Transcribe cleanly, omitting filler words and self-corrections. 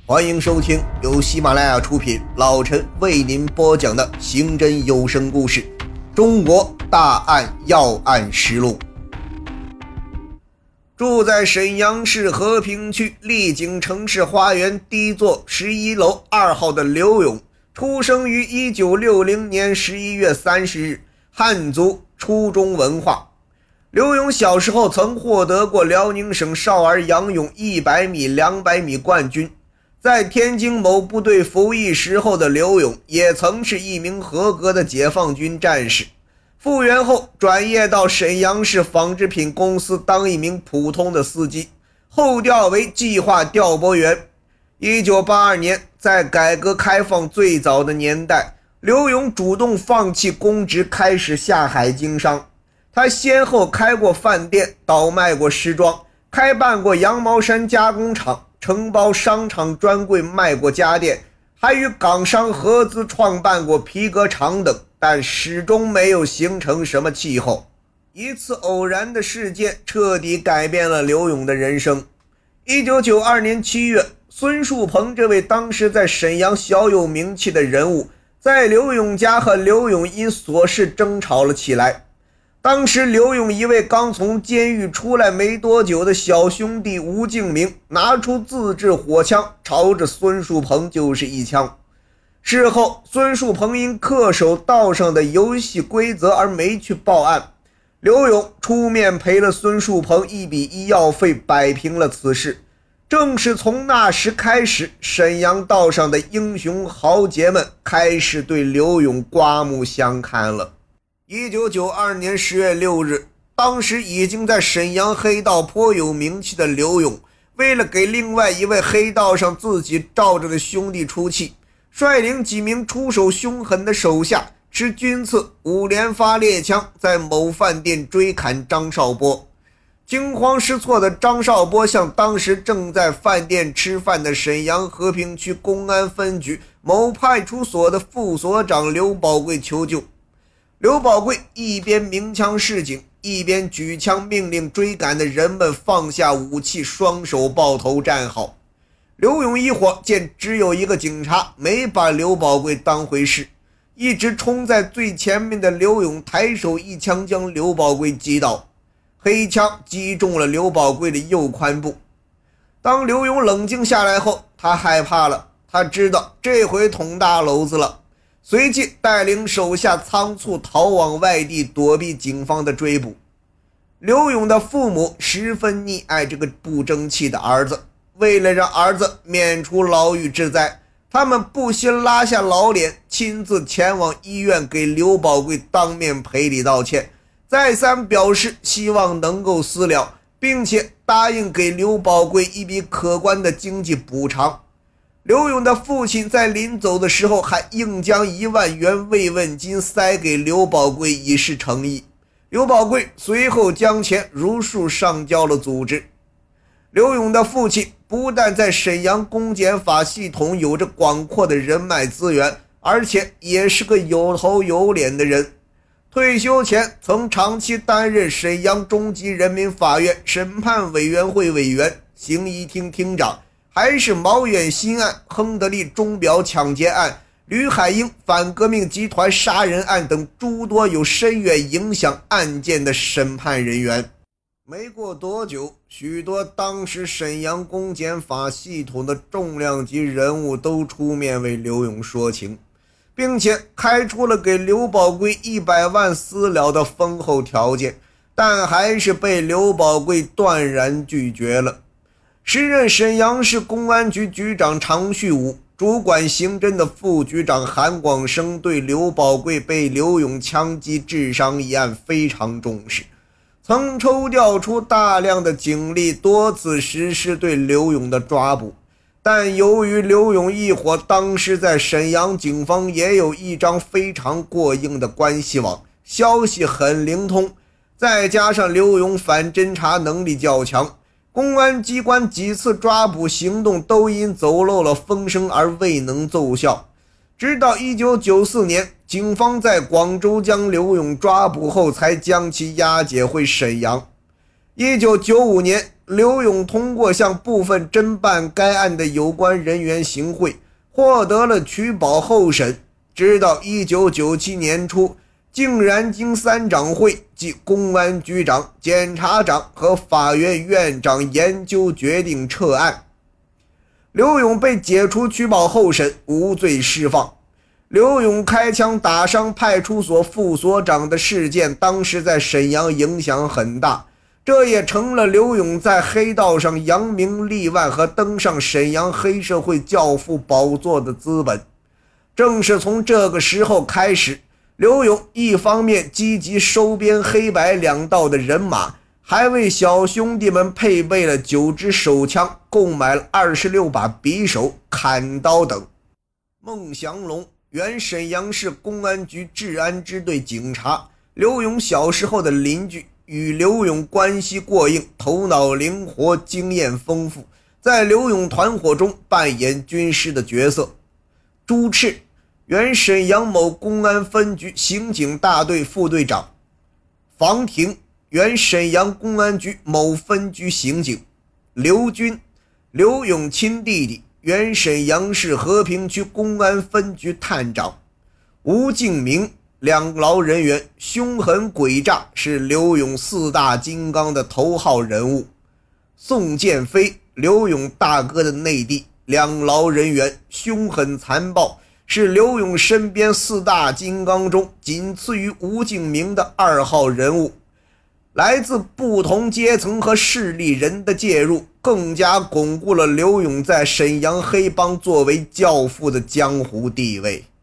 欢迎收听由喜马拉雅出品，老陈为您播讲的刑侦有声故事《中国大案要案实录》。住在沈阳市和平区丽景城市花园第一座11楼2号的刘勇，出生于1960年11月30日，汉族，初中文化。刘勇小时候曾获得过辽宁省少儿仰泳100米、200米冠军。在天津某部队服役时候的刘勇也曾是一名合格的解放军战士，复员后转业到沈阳市纺织品公司当一名普通的司机，后调为计划调拨员。1982年，在改革开放最早的年代，刘勇主动放弃公职，开始下海经商。他先后开过饭店，倒卖过时装，开办过羊毛衫加工厂，承包商场专柜，卖过家电，还与港商合资创办过皮革厂等，但始终没有形成什么气候。一次偶然的事件彻底改变了刘勇的人生。1992年7月，孙树鹏这位当时在沈阳小有名气的人物，在刘勇家和刘勇因琐事争吵了起来。当时刘勇一位刚从监狱出来没多久的小兄弟吴敬明拿出自制火枪，朝着孙树鹏就是一枪。事后孙树鹏因恪守道上的游戏规则而没去报案，刘勇出面赔了孙树鹏1笔医药费，摆平了此事。正是从那时开始，沈阳道上的英雄豪杰们开始对刘勇刮目相看了。1992年10月6日，当时已经在沈阳黑道颇有名气的刘勇，为了给另外一位黑道上自己罩着的兄弟出气，率领几名出手凶狠的手下，持军刺5连发猎枪，在某饭店追砍张少波。惊慌失措的张少波向当时正在饭店吃饭的沈阳和平区公安分局某派出所的副所长刘宝贵求救。刘宝贵一边鸣枪示警，一边举枪命令追赶的人们放下武器，双手抱头站好。刘勇一伙见只有一个警察，没把刘宝贵当回事，一直冲在最前面的刘勇抬手一枪将刘宝贵击倒，黑枪击中了刘宝贵的右髋部。当刘勇冷静下来后，他害怕了，他知道这回捅大篓子了，随即带领手下仓促逃往外地，躲避警方的追捕。刘勇的父母十分溺爱这个不争气的儿子，为了让儿子免除牢狱之灾，他们不惜拉下老脸，亲自前往医院给刘宝贵当面赔礼道歉，再三表示希望能够私了，并且答应给刘宝贵一笔可观的经济补偿。刘勇的父亲在临走的时候还硬将1万元慰问金塞给刘宝贵以示诚意。刘宝贵随后将钱如数上交了组织。刘勇的父亲不但在沈阳公检法系统有着广阔的人脉资源，而且也是个有头有脸的人。退休前曾长期担任沈阳中级人民法院审判委员会委员、刑一厅厅长，还是毛远新案、亨德利钟表抢劫案、吕海英反革命集团杀人案等诸多有深远影响案件的审判人员。没过多久，许多当时沈阳公检法系统的重量级人物都出面为刘勇说情，并且开出了给刘宝贵100万私了的丰厚条件，但还是被刘宝贵断然拒绝了。时任沈阳市公安局局长常旭武、主管刑侦的副局长韩广生对刘宝贵被刘勇枪击致伤一案非常重视，曾抽调出大量的警力，多次实施对刘勇的抓捕。但由于刘勇一伙当时在沈阳警方也有一张非常过硬的关系网，消息很灵通，再加上刘勇反侦查能力较强，公安机关几次抓捕行动都因走漏了风声而未能奏效。直到1994年，警方在广州将刘勇抓捕后，才将其押解回沈阳。1995年， 刘勇通过向部分侦办该案的有关人员行贿，获得了取保候审，直到1997年初，竟然经3长会即公安局长、检察长和法院院长研究决定撤案。刘勇被解除取保候审，无罪释放。刘勇开枪打伤派出所副所长的事件，当时在沈阳影响很大，这也成了刘勇在黑道上扬名立万和登上沈阳黑社会教父宝座的资本。正是从这个时候开始，刘勇一方面积极收编黑白两道的人马，还为小兄弟们配备了9支手枪，购买了26把匕首、砍刀等。孟祥龙，原沈阳市公安局治安支队警察，刘勇小时候的邻居，与刘勇关系过硬，头脑灵活，经验丰富，在刘勇团伙中扮演军师的角色。朱赤，原沈阳某公安分局刑警大队副队长。房廷，原沈阳公安局某分局刑警。刘军，刘勇亲弟弟，原沈阳市和平区公安分局探长。吴敬明，两劳人员，凶狠诡诈，是刘勇4大金刚的头号人物。宋建飞，刘勇大哥的内弟，两劳人员，凶狠残暴，是刘勇身边4大金刚中仅次于吴敬明的2号人物。来自不同阶层和势力人的介入，更加巩固了刘勇在沈阳黑帮作为教父的江湖地位。